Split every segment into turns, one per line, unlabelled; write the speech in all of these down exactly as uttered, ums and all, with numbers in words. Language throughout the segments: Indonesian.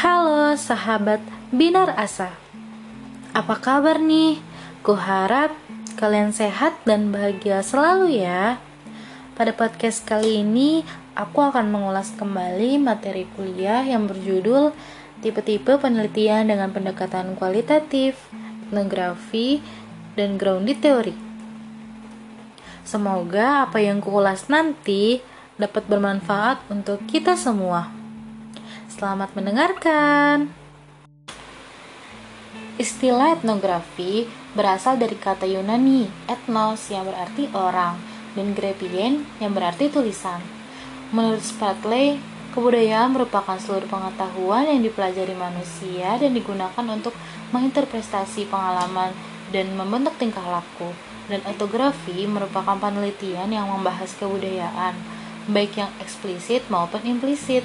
Halo sahabat Binar Asa, apa kabar nih? Kuharap kalian sehat dan bahagia selalu ya. Pada podcast kali ini, aku akan mengulas kembali materi kuliah yang berjudul Tipe-tipe penelitian dengan pendekatan kualitatif, etnografi, dan grounded teori. Semoga apa yang kuulas nanti dapat bermanfaat untuk kita semua. Selamat mendengarkan. Istilah etnografi berasal dari kata Yunani ethnos yang berarti orang dan graphein yang berarti tulisan. Menurut Spratly, kebudayaan merupakan seluruh pengetahuan yang dipelajari manusia dan digunakan untuk menginterpretasi pengalaman dan membentuk tingkah laku. Dan etnografi merupakan penelitian yang membahas kebudayaan, baik yang eksplisit maupun implisit.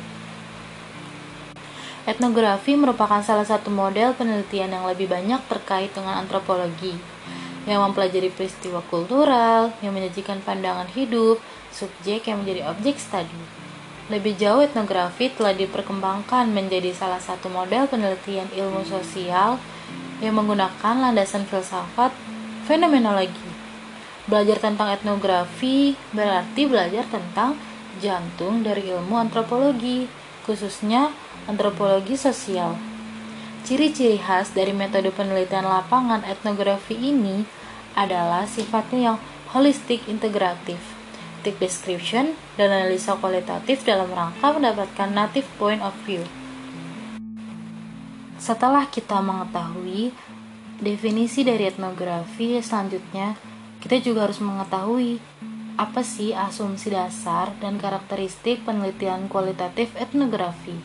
Etnografi merupakan salah satu model penelitian yang lebih banyak terkait dengan antropologi, yang mempelajari peristiwa kultural, yang menyajikan pandangan hidup, subjek yang menjadi objek studi. Lebih jauh, etnografi telah diperkembangkan menjadi salah satu model penelitian ilmu sosial yang menggunakan landasan filsafat fenomenologi. Belajar tentang etnografi berarti belajar tentang jantung dari ilmu antropologi, khususnya antropologi sosial. Ciri-ciri khas dari metode penelitian lapangan etnografi ini adalah sifatnya yang holistik integratif, deep description, dan analisa kualitatif dalam rangka mendapatkan native point of view. Setelah kita mengetahui definisi dari etnografi, selanjutnya kita juga harus mengetahui apa sih asumsi dasar dan karakteristik penelitian kualitatif etnografi.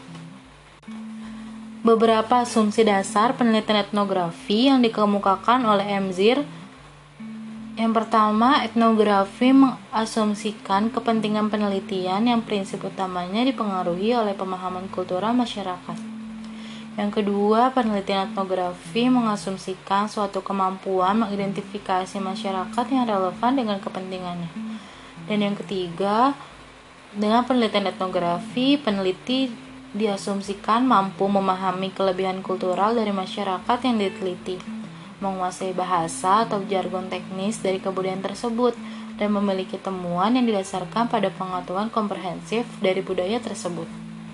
Beberapa asumsi dasar penelitian etnografi yang dikemukakan oleh Emzir. Yang pertama, etnografi mengasumsikan kepentingan penelitian yang prinsip utamanya dipengaruhi oleh pemahaman kultural masyarakat. Yang kedua, penelitian etnografi mengasumsikan suatu kemampuan mengidentifikasi masyarakat yang relevan dengan kepentingannya. Dan yang ketiga, dengan penelitian etnografi, peneliti diasumsikan mampu memahami kelebihan kultural dari masyarakat yang diteliti, menguasai bahasa atau jargon teknis dari kebudayaan tersebut, dan memiliki temuan yang didasarkan pada pengetahuan komprehensif dari budaya tersebut.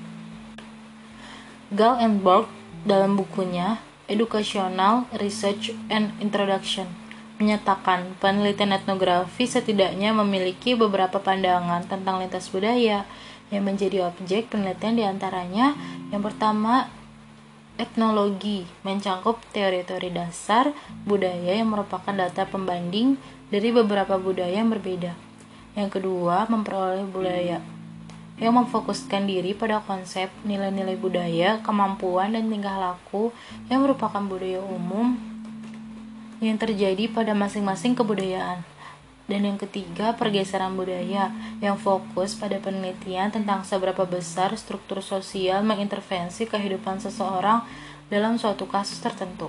Gall and Borg dalam bukunya Educational Research and Introduction menyatakan penelitian etnografi setidaknya memiliki beberapa pandangan tentang lintas budaya yang menjadi objek penelitian diantaranya. Yang pertama, etnologi mencakup teori-teori dasar budaya yang merupakan data pembanding dari beberapa budaya yang berbeda. Yang kedua, memperoleh budaya yang memfokuskan diri pada konsep nilai-nilai budaya, kemampuan, dan tingkah laku yang merupakan budaya umum yang terjadi pada masing-masing kebudayaan. Dan yang ketiga, pergeseran budaya yang fokus pada penelitian tentang seberapa besar struktur sosial mengintervensi kehidupan seseorang dalam suatu kasus tertentu.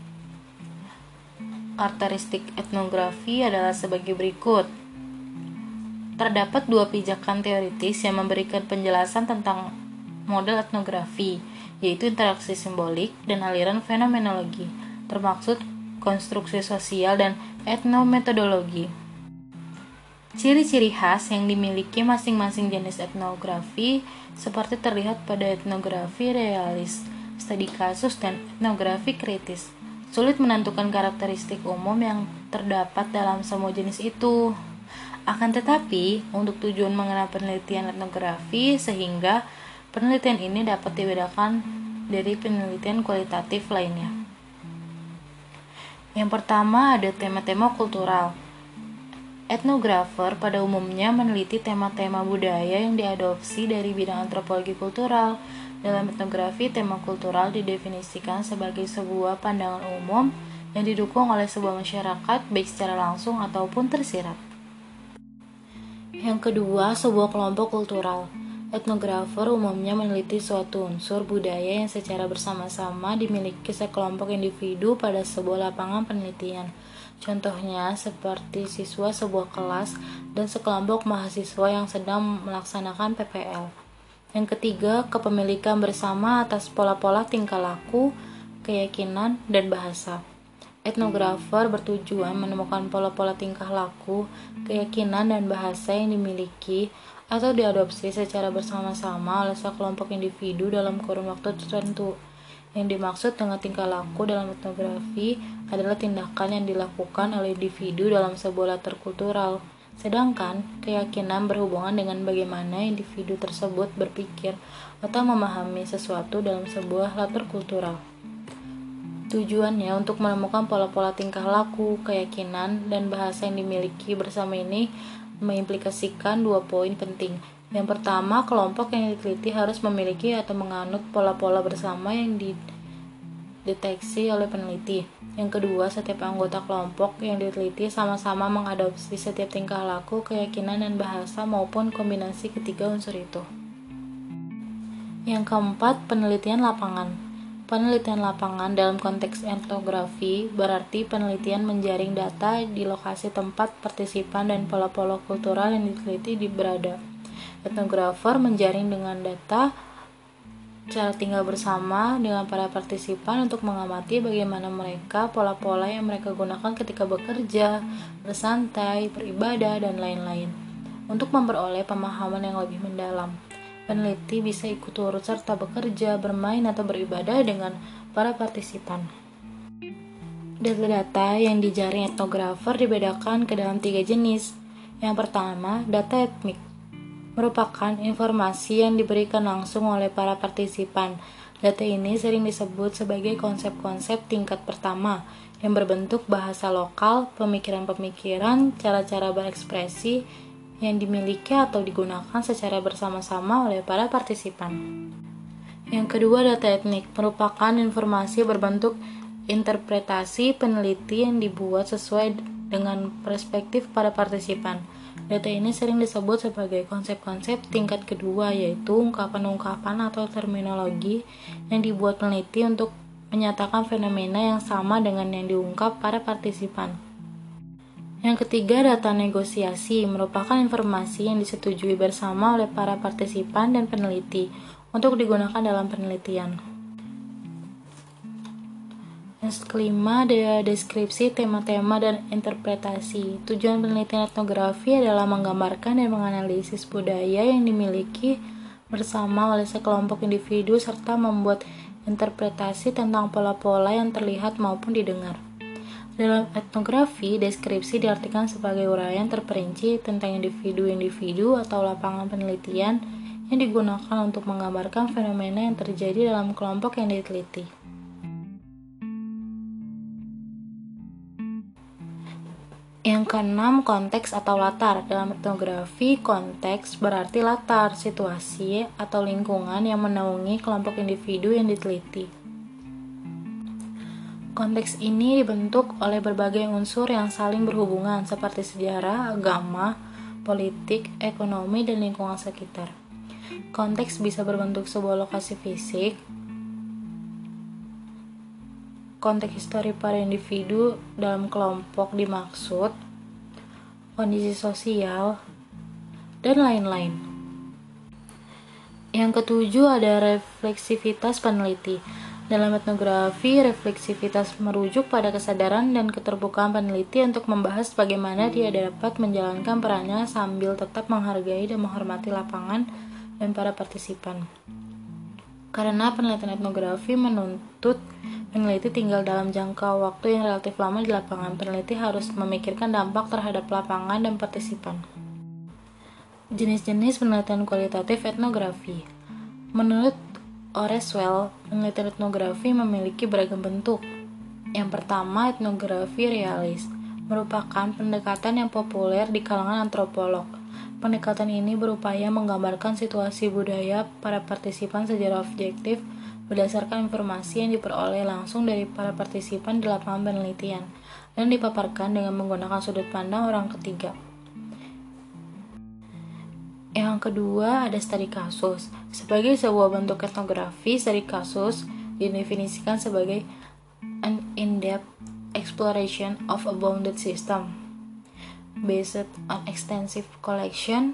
Karakteristik etnografi adalah sebagai berikut. Terdapat dua pijakan teoritis yang memberikan penjelasan tentang model etnografi, yaitu interaksi simbolik dan aliran fenomenologi, termaksud konstruksi sosial dan etnometodologi. Ciri-ciri khas yang dimiliki masing-masing jenis etnografi seperti terlihat pada etnografi realis, studi kasus, dan etnografi kritis. Sulit menentukan karakteristik umum yang terdapat dalam semua jenis itu. Akan tetapi, untuk tujuan mengenai penelitian etnografi, sehingga penelitian ini dapat dibedakan dari penelitian kualitatif lainnya. Yang pertama, ada tema-tema kultural. Etnografer pada umumnya meneliti tema-tema budaya yang diadopsi dari bidang antropologi kultural. Dalam etnografi, tema kultural didefinisikan sebagai sebuah pandangan umum yang didukung oleh sebuah masyarakat baik secara langsung ataupun tersirat. Yang kedua, sebuah kelompok kultural. Etnografer umumnya meneliti suatu unsur budaya yang secara bersama-sama dimiliki sekelompok individu pada sebuah lapangan penelitian. Contohnya seperti siswa sebuah kelas dan sekelompok mahasiswa yang sedang melaksanakan P P L. Yang ketiga, kepemilikan bersama atas pola-pola tingkah laku, keyakinan, dan bahasa. Etnografer bertujuan menemukan pola-pola tingkah laku, keyakinan, dan bahasa yang dimiliki atau diadopsi secara bersama-sama oleh sekelompok individu dalam kurun waktu tertentu. Yang dimaksud dengan tingkah laku dalam etnografi adalah tindakan yang dilakukan oleh individu dalam sebuah latar kultural. Sedangkan keyakinan berhubungan dengan bagaimana individu tersebut berpikir atau memahami sesuatu dalam sebuah latar kultural. Tujuannya untuk menemukan pola-pola tingkah laku, keyakinan, dan bahasa yang dimiliki bersama ini mengimplikasikan dua poin penting. Yang pertama, kelompok yang diteliti harus memiliki atau menganut pola-pola bersama yang dideteksi oleh peneliti. Yang kedua, setiap anggota kelompok yang diteliti sama-sama mengadopsi setiap tingkah laku, keyakinan, dan bahasa maupun kombinasi ketiga unsur itu. Yang keempat, penelitian lapangan. Penelitian lapangan dalam konteks etnografi berarti penelitian menjaring data di lokasi tempat partisipan dan pola-pola kultural yang diteliti di berada. Etnografer menjaring dengan data cara tinggal bersama dengan para partisipan untuk mengamati bagaimana mereka, pola-pola yang mereka gunakan ketika bekerja, bersantai, beribadah, dan lain-lain. Untuk memperoleh pemahaman yang lebih mendalam, peneliti bisa ikut turut serta bekerja, bermain, atau beribadah dengan para partisipan. Data-data yang dijaring etnografer dibedakan ke dalam tiga jenis. Yang pertama, data etnik, merupakan informasi yang diberikan langsung oleh para partisipan. Data ini sering disebut sebagai konsep-konsep tingkat pertama, yang berbentuk bahasa lokal, pemikiran-pemikiran, cara-cara berekspresi, yang dimiliki atau digunakan secara bersama-sama oleh para partisipan. Yang kedua, data etnik merupakan informasi berbentuk interpretasi peneliti yang dibuat sesuai dengan perspektif para partisipan. Data ini sering disebut sebagai konsep-konsep tingkat kedua, yaitu ungkapan-ungkapan atau terminologi yang dibuat peneliti untuk menyatakan fenomena yang sama dengan yang diungkap para partisipan. Yang ketiga, data negosiasi merupakan informasi yang disetujui bersama oleh para partisipan dan peneliti untuk digunakan dalam penelitian. Yang kelima, ada deskripsi, tema-tema, dan interpretasi. Tujuan penelitian etnografi adalah menggambarkan dan menganalisis budaya yang dimiliki bersama oleh sekelompok individu serta membuat interpretasi tentang pola-pola yang terlihat maupun didengar. Dalam etnografi, deskripsi diartikan sebagai uraian terperinci tentang individu-individu atau lapangan penelitian yang digunakan untuk menggambarkan fenomena yang terjadi dalam kelompok yang diteliti. Yang keenam, konteks atau latar. Dalam etnografi, konteks berarti latar, situasi, atau lingkungan yang menaungi kelompok individu yang diteliti. Konteks ini dibentuk oleh berbagai unsur yang saling berhubungan seperti sejarah, agama, politik, ekonomi, dan lingkungan sekitar. Konteks bisa berbentuk sebuah lokasi fisik, konteks histori para individu dalam kelompok dimaksud, kondisi sosial, dan lain-lain. Yang ketujuh, ada refleksivitas peneliti. Dalam etnografi, refleksivitas merujuk pada kesadaran dan keterbukaan peneliti untuk membahas bagaimana dia dapat menjalankan perannya sambil tetap menghargai dan menghormati lapangan dan para partisipan. Karena penelitian etnografi menuntut peneliti tinggal dalam jangka waktu yang relatif lama di lapangan, peneliti harus memikirkan dampak terhadap lapangan dan partisipan. Jenis-jenis penelitian kualitatif etnografi. Menurut Oreswell, penelitian etnografi memiliki beragam bentuk. Yang pertama, etnografi realis, merupakan pendekatan yang populer di kalangan antropolog. Pendekatan ini berupaya menggambarkan situasi budaya para partisipan secara objektif berdasarkan informasi yang diperoleh langsung dari para partisipan di lapangan penelitian dan dipaparkan dengan menggunakan sudut pandang orang ketiga. Yang kedua, ada studi kasus. Sebagai sebuah bentuk etnografi, studi kasus didefinisikan sebagai an in-depth exploration of a bounded system based on extensive collection,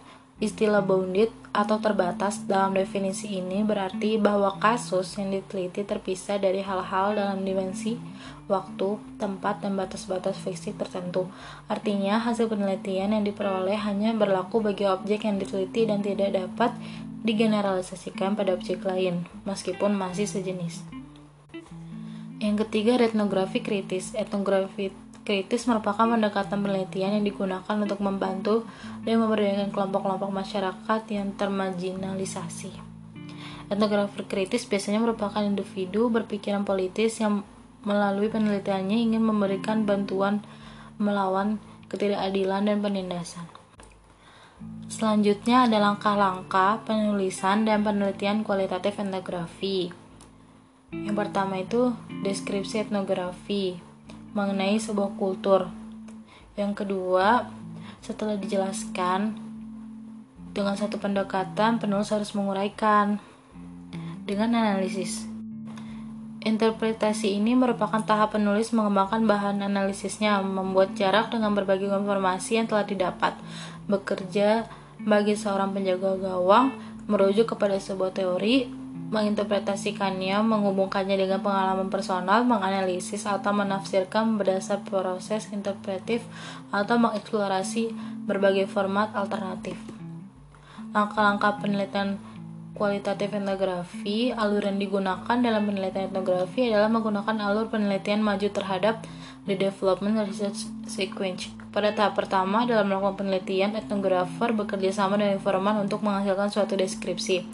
Istilah bounded atau terbatas dalam definisi ini berarti bahwa kasus yang diteliti terpisah dari hal-hal dalam dimensi, waktu, tempat, dan batas-batas fisik tertentu. Artinya, hasil penelitian yang diperoleh hanya berlaku bagi objek yang diteliti dan tidak dapat digeneralisasikan pada objek lain, meskipun masih sejenis. Yang ketiga, ada etnografi kritis. Etnografi kritis merupakan pendekatan penelitian yang digunakan untuk membantu dan memberdayakan kelompok-kelompok masyarakat yang termarginalisasi. Etnografi kritis biasanya merupakan individu berpikiran politis yang melalui penelitiannya ingin memberikan bantuan melawan ketidakadilan dan penindasan. Selanjutnya ada langkah-langkah penulisan dan penelitian kualitatif etnografi. Yang pertama itu deskripsi etnografi mengenai sebuah kultur. Yang kedua, setelah dijelaskan dengan satu pendekatan, penulis harus menguraikan dengan analisis. Interpretasi ini merupakan tahap penulis mengembangkan bahan analisisnya, membuat jarak dengan berbagai informasi yang telah didapat, bekerja bagi seorang penjaga gawang, merujuk kepada sebuah teori, menginterpretasikannya, menghubungkannya dengan pengalaman personal, menganalisis atau menafsirkan berdasar proses interpretif, atau mengeksplorasi berbagai format alternatif. Langkah-langkah penelitian kualitatif etnografi. Alur yang digunakan dalam penelitian etnografi adalah menggunakan alur penelitian maju terhadap the development research sequence. Pada tahap pertama, dalam melakukan penelitian, etnografer bekerja sama dengan informan untuk menghasilkan suatu deskripsi.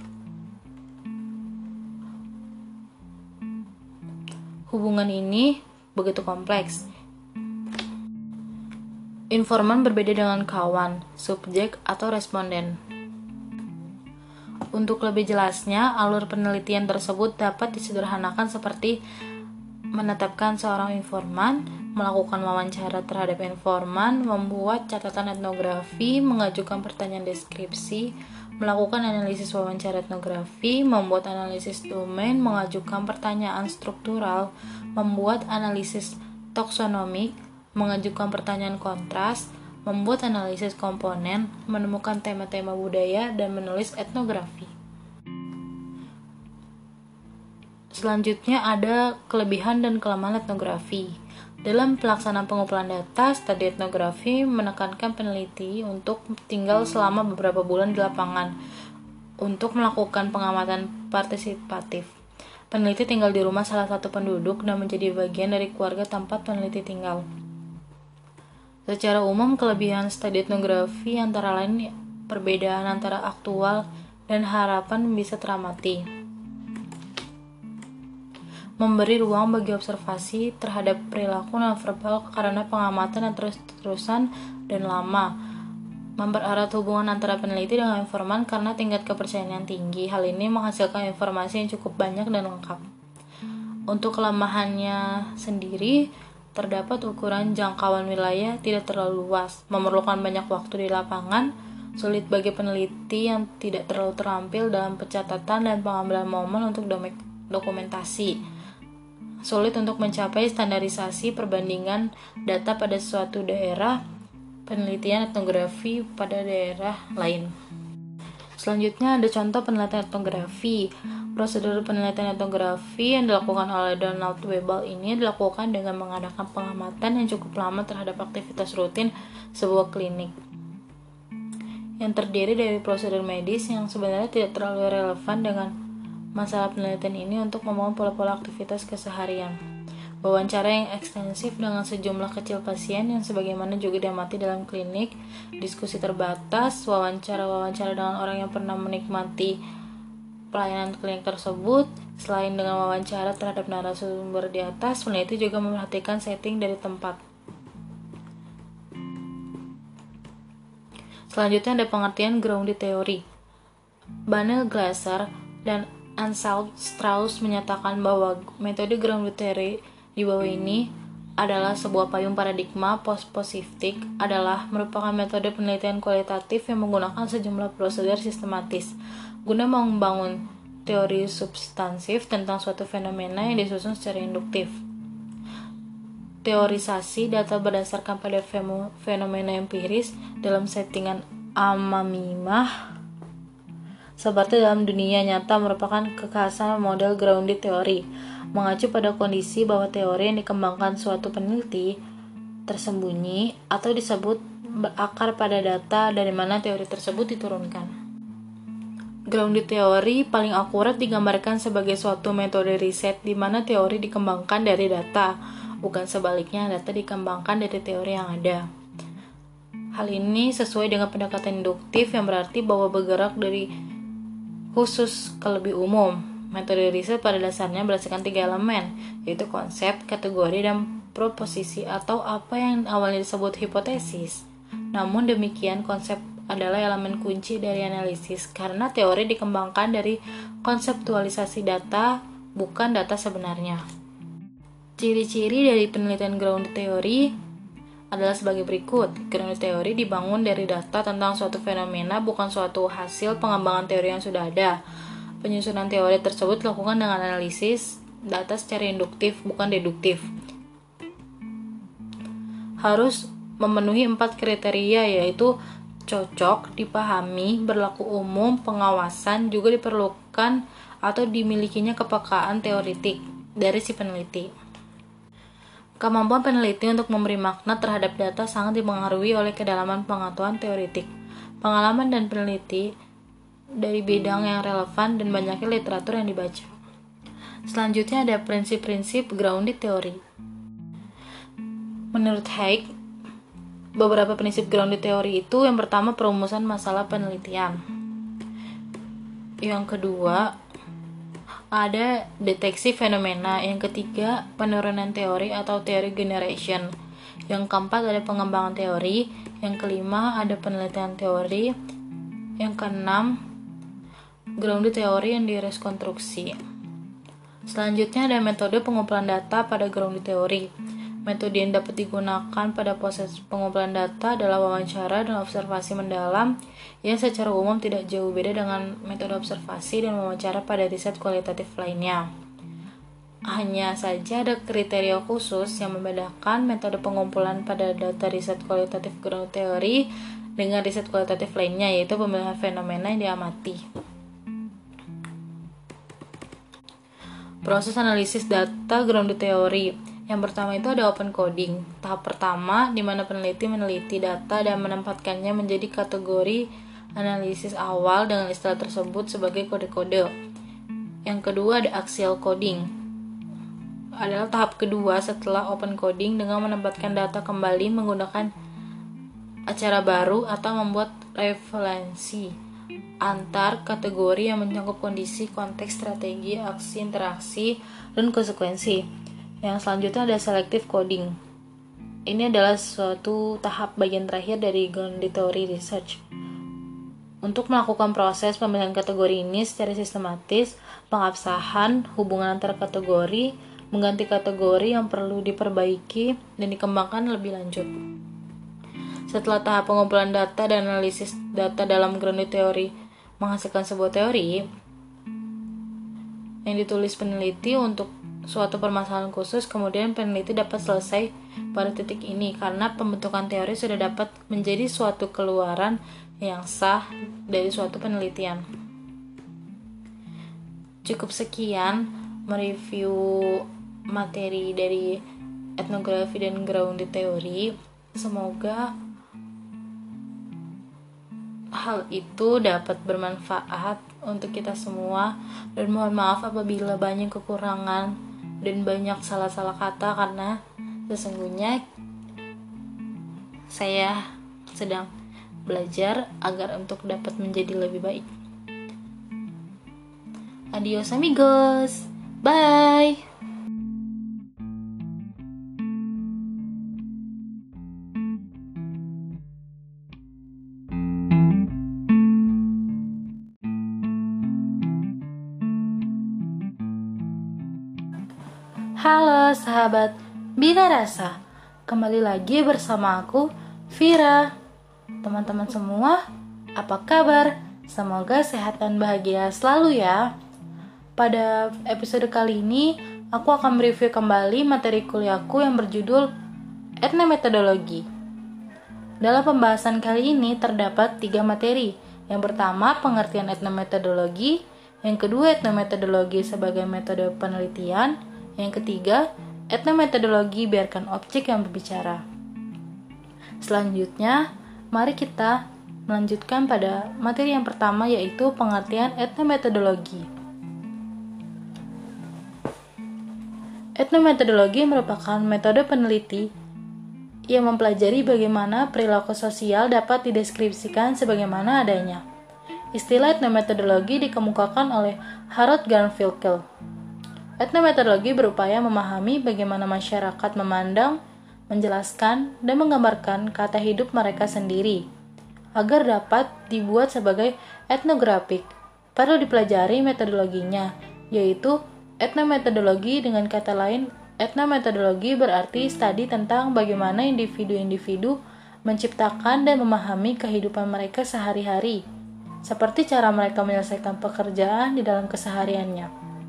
Hubungan ini begitu kompleks. Informan berbeda dengan kawan, subjek, atau responden. Untuk lebih jelasnya, alur penelitian tersebut dapat disederhanakan seperti menetapkan seorang informan, melakukan wawancara terhadap informan, membuat catatan etnografi, mengajukan pertanyaan deskripsi, melakukan analisis wawancara etnografi, membuat analisis domain, mengajukan pertanyaan struktural, membuat analisis taksonomik, mengajukan pertanyaan kontras, membuat analisis komponen, menemukan tema-tema budaya, dan menulis etnografi. Selanjutnya ada kelebihan dan kelemahan etnografi. Dalam pelaksanaan pengumpulan data, studi etnografi menekankan peneliti untuk tinggal selama beberapa bulan di lapangan untuk melakukan pengamatan partisipatif. Peneliti tinggal di rumah salah satu penduduk dan menjadi bagian dari keluarga tempat peneliti tinggal. Secara umum, kelebihan studi etnografi antara lain perbedaan antara aktual dan harapan bisa teramati. Memberi ruang bagi observasi terhadap perilaku nonverbal karena pengamatan yang terus-terusan dan lama. Mempererat hubungan antara peneliti dengan informan karena tingkat kepercayaan yang tinggi. Hal ini menghasilkan informasi yang cukup banyak dan lengkap. Untuk kelemahannya sendiri, terdapat ukuran jangkauan wilayah tidak terlalu luas, memerlukan banyak waktu di lapangan, sulit bagi peneliti yang tidak terlalu terampil dalam pencatatan dan pengambilan momen untuk dokumentasi. Sulit untuk mencapai standarisasi perbandingan data pada suatu daerah, penelitian etnografi pada daerah lain. Selanjutnya ada contoh penelitian etnografi. Prosedur penelitian etnografi yang dilakukan oleh Donald Webel ini dilakukan dengan mengadakan pengamatan yang cukup lama terhadap aktivitas rutin sebuah klinik, yang terdiri dari prosedur medis yang sebenarnya tidak terlalu relevan dengan masalah penelitian ini untuk membangun pola-pola aktivitas keseharian. Wawancara yang ekstensif dengan sejumlah kecil pasien yang sebagaimana juga diamati dalam klinik, diskusi terbatas, wawancara-wawancara dengan orang yang pernah menikmati pelayanan klinik tersebut. Selain dengan wawancara terhadap narasumber di atas, peneliti juga memperhatikan setting dari tempat. Selanjutnya ada pengertian grounded theory. Banel Glaser dan Anselm Strauss menyatakan bahwa metode grounded theory di bawah ini adalah sebuah payung paradigma post-positif adalah merupakan metode penelitian kualitatif yang menggunakan sejumlah prosedur sistematis guna membangun teori substansif tentang suatu fenomena yang disusun secara induktif. Teorisasi data berdasarkan pada fenomena empiris dalam settingan amimah seperti dalam dunia nyata merupakan kekhasan model grounded theory, mengacu pada kondisi bahwa teori yang dikembangkan suatu peneliti tersembunyi atau disebut berakar pada data dari mana teori tersebut diturunkan. Grounded theory paling akurat digambarkan sebagai suatu metode riset di mana teori dikembangkan dari data, bukan sebaliknya data dikembangkan dari teori yang ada. Hal ini sesuai dengan pendekatan induktif yang berarti bahwa bergerak dari khusus ke lebih umum. Metode riset pada dasarnya berdasarkan tiga elemen, yaitu konsep, kategori, dan proposisi atau apa yang awalnya disebut hipotesis. Namun demikian, konsep adalah elemen kunci dari analisis karena teori dikembangkan dari konseptualisasi data, bukan data sebenarnya. Ciri-ciri dari penelitian grounded theory adalah sebagai berikut. Grounded theory dibangun dari data tentang suatu fenomena, bukan suatu hasil pengembangan teori yang sudah ada. Penyusunan teori tersebut dilakukan dengan analisis data secara induktif, bukan deduktif. Harus memenuhi empat kriteria, yaitu cocok, dipahami, berlaku umum, pengawasan, juga diperlukan atau dimilikinya kepekaan teoritik dari si peneliti. Kemampuan peneliti untuk memberi makna terhadap data sangat dipengaruhi oleh kedalaman pengetahuan teoritik, pengalaman dan peneliti dari bidang yang relevan, dan banyaknya literatur yang dibaca. Selanjutnya ada prinsip-prinsip grounded theory. Menurut Haig, beberapa prinsip grounded theory itu, yang pertama perumusan masalah penelitian. Yang kedua ada deteksi fenomena. Yang ketiga penurunan teori atau theory generation. Yang keempat ada pengembangan teori. Yang kelima ada penelitian teori. Yang keenam grounded teori yang direkonstruksi. Selanjutnya ada metode pengumpulan data pada grounded teori. Metode yang dapat digunakan pada proses pengumpulan data adalah wawancara dan observasi mendalam, yang secara umum tidak jauh beda dengan metode observasi dan wawancara pada riset kualitatif lainnya. Hanya saja ada kriteria khusus yang membedakan metode pengumpulan pada data riset kualitatif grounded theory dengan riset kualitatif lainnya, yaitu pemilihan fenomena yang diamati. Proses analisis data grounded theory. Yang pertama itu ada open coding. Tahap pertama di mana peneliti meneliti data dan menempatkannya menjadi kategori analisis awal dengan istilah tersebut sebagai kode-kode. Yang kedua ada axial coding. Adalah tahap kedua setelah open coding dengan menempatkan data kembali menggunakan acara baru atau membuat referensi antar kategori yang mencakup kondisi, konteks, strategi, aksi, interaksi, dan konsekuensi. Yang selanjutnya ada selective coding. Ini adalah suatu tahap bagian terakhir dari grounded theory research. Untuk melakukan proses pemilihan kategori ini secara sistematis, pengabsahan hubungan antar kategori, mengganti kategori yang perlu diperbaiki, dan dikembangkan lebih lanjut. Setelah tahap pengumpulan data dan analisis data dalam grounded theory menghasilkan sebuah teori yang ditulis peneliti untuk suatu permasalahan khusus, kemudian peneliti dapat selesai pada titik ini karena pembentukan teori sudah dapat menjadi suatu keluaran yang sah dari suatu penelitian. Cukup sekian mereview materi dari etnografi dan grounded theory. Semoga hal itu dapat bermanfaat untuk kita semua, dan mohon maaf apabila banyak kekurangan dan banyak salah-salah kata, karena sesungguhnya saya sedang belajar agar untuk dapat menjadi lebih baik. Adios amigos, bye. Halo sahabat Bina Rasa, kembali lagi bersama aku, Vira. Teman-teman semua, apa kabar? Semoga sehat dan bahagia selalu ya. Pada episode kali ini, aku akan mereview kembali materi kuliahku yang berjudul Etnometodologi. Dalam pembahasan kali ini terdapat tiga materi. Yang pertama, pengertian etnometodologi. Yang kedua, etnometodologi sebagai metode penelitian. Yang ketiga, etnometodologi biarkan objek yang berbicara. Selanjutnya, mari kita melanjutkan pada materi yang pertama, yaitu pengertian etnometodologi. Etnometodologi merupakan metode peneliti yang mempelajari bagaimana perilaku sosial dapat dideskripsikan sebagaimana adanya. Istilah etnometodologi dikemukakan oleh Harold Garfinkel. Etnometodologi berupaya memahami bagaimana masyarakat memandang, menjelaskan, dan menggambarkan kata hidup mereka sendiri, agar dapat dibuat sebagai etnografik. Perlu dipelajari metodologinya, yaitu etnometodologi. Dengan kata lain, etnometodologi berarti studi tentang bagaimana individu-individu menciptakan dan memahami kehidupan mereka sehari-hari, seperti cara mereka menyelesaikan pekerjaan di dalam kesehariannya.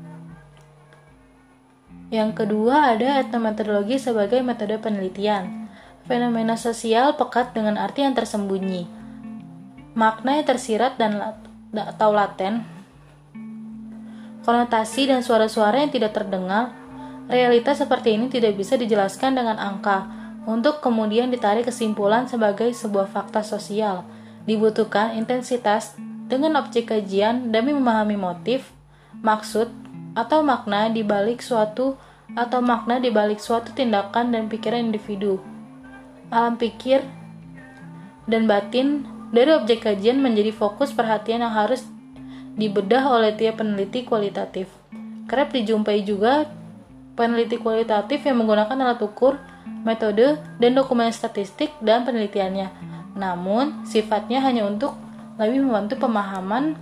Yang kedua, ada etnometodologi sebagai metode penelitian. Fenomena sosial pekat dengan arti yang tersembunyi, makna yang tersirat dan lat- atau laten, konotasi dan suara-suara yang tidak terdengar. Realitas seperti ini tidak bisa dijelaskan dengan angka untuk kemudian ditarik kesimpulan sebagai sebuah fakta sosial. Dibutuhkan intensitas dengan objek kajian demi memahami motif, maksud, atau makna di balik suatu atau makna di balik suatu tindakan dan pikiran individu. Alam pikir dan batin dari objek kajian menjadi fokus perhatian yang harus dibedah oleh tiap peneliti kualitatif. Kerap dijumpai juga peneliti kualitatif yang menggunakan alat ukur, metode, dan dokumen statistik dalam penelitiannya. Namun, sifatnya hanya untuk lebih membantu pemahaman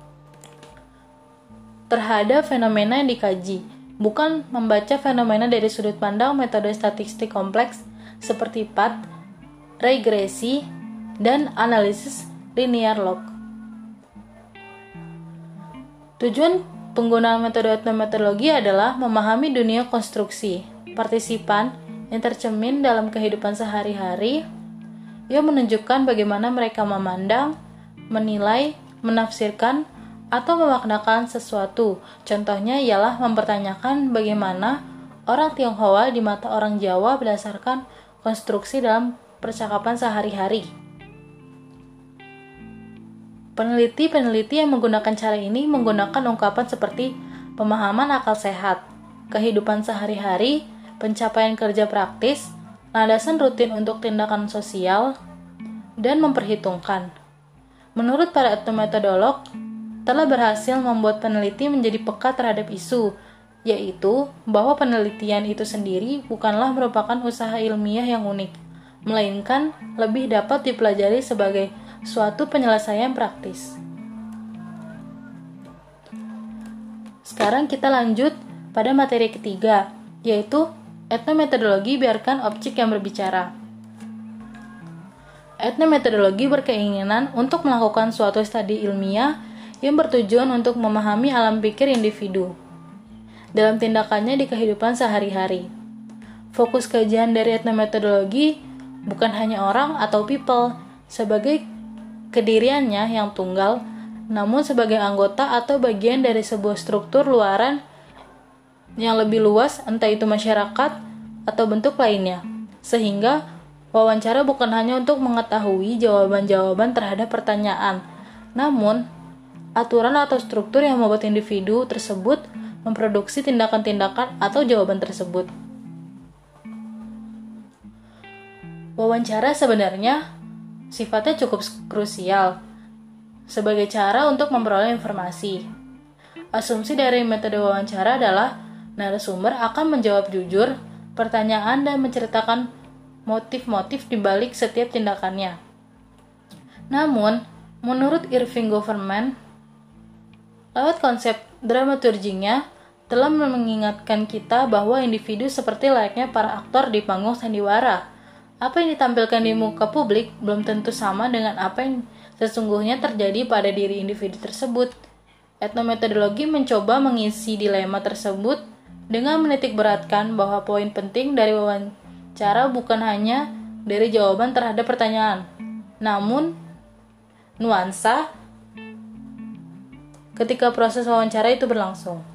terhadap fenomena yang dikaji, bukan membaca fenomena dari sudut pandang metode statistik kompleks seperti P A T, regresi, dan analisis linear log. Tujuan penggunaan metode etnometodologi adalah memahami dunia konstruksi partisipan yang tercermin dalam kehidupan sehari-hari, yang menunjukkan bagaimana mereka memandang, menilai, menafsirkan, atau memaknakan sesuatu. Contohnya ialah mempertanyakan bagaimana orang Tionghoa di mata orang Jawa berdasarkan konstruksi dalam percakapan sehari-hari. Peneliti-peneliti yang menggunakan cara ini menggunakan ungkapan seperti pemahaman akal sehat, kehidupan sehari-hari, pencapaian kerja praktis, landasan rutin untuk tindakan sosial, dan memperhitungkan. Menurut para etnometodolog, telah berhasil membuat peneliti menjadi peka terhadap isu, yaitu bahwa penelitian itu sendiri bukanlah merupakan usaha ilmiah yang unik, melainkan lebih dapat dipelajari sebagai suatu penyelesaian praktis. Sekarang kita lanjut pada materi ketiga, yaitu etnometodologi biarkan objek yang berbicara. Etnometodologi berkeinginan untuk melakukan suatu studi ilmiah yang bertujuan untuk memahami alam pikir individu dalam tindakannya di kehidupan sehari-hari. Fokus kajian dari etnometodologi bukan hanya orang atau people sebagai kediriannya yang tunggal, namun sebagai anggota atau bagian dari sebuah struktur luaran yang lebih luas, entah itu masyarakat atau bentuk lainnya. Sehingga wawancara bukan hanya untuk mengetahui jawaban-jawaban terhadap pertanyaan, namun aturan atau struktur yang membuat individu tersebut memproduksi tindakan-tindakan atau jawaban tersebut. Wawancara sebenarnya sifatnya cukup krusial sebagai cara untuk memperoleh informasi. Asumsi dari metode wawancara adalah narasumber akan menjawab jujur pertanyaan dan menceritakan motif-motif di balik setiap tindakannya. Namun, menurut Irving Goffman, lewat konsep dramaturginya telah mengingatkan kita bahwa individu seperti layaknya para aktor di panggung sandiwara. Apa yang ditampilkan di muka publik belum tentu sama dengan apa yang sesungguhnya terjadi pada diri individu tersebut. Etnometodologi mencoba mengisi dilema tersebut dengan menitikberatkan bahwa poin penting dari wawancara bukan hanya dari jawaban terhadap pertanyaan. Namun, nuansa ketika proses wawancara itu berlangsung.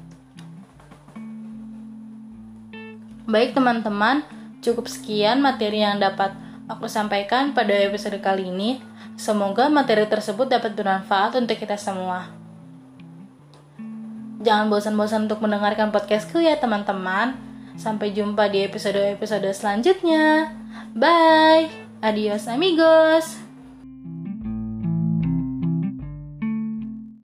Baik teman-teman, cukup sekian materi yang dapat aku sampaikan pada episode kali ini. Semoga materi tersebut dapat bermanfaat untuk kita semua. Jangan bosan-bosan untuk mendengarkan podcastku ya teman-teman. Sampai jumpa di episode-episode selanjutnya. Bye. Adios amigos.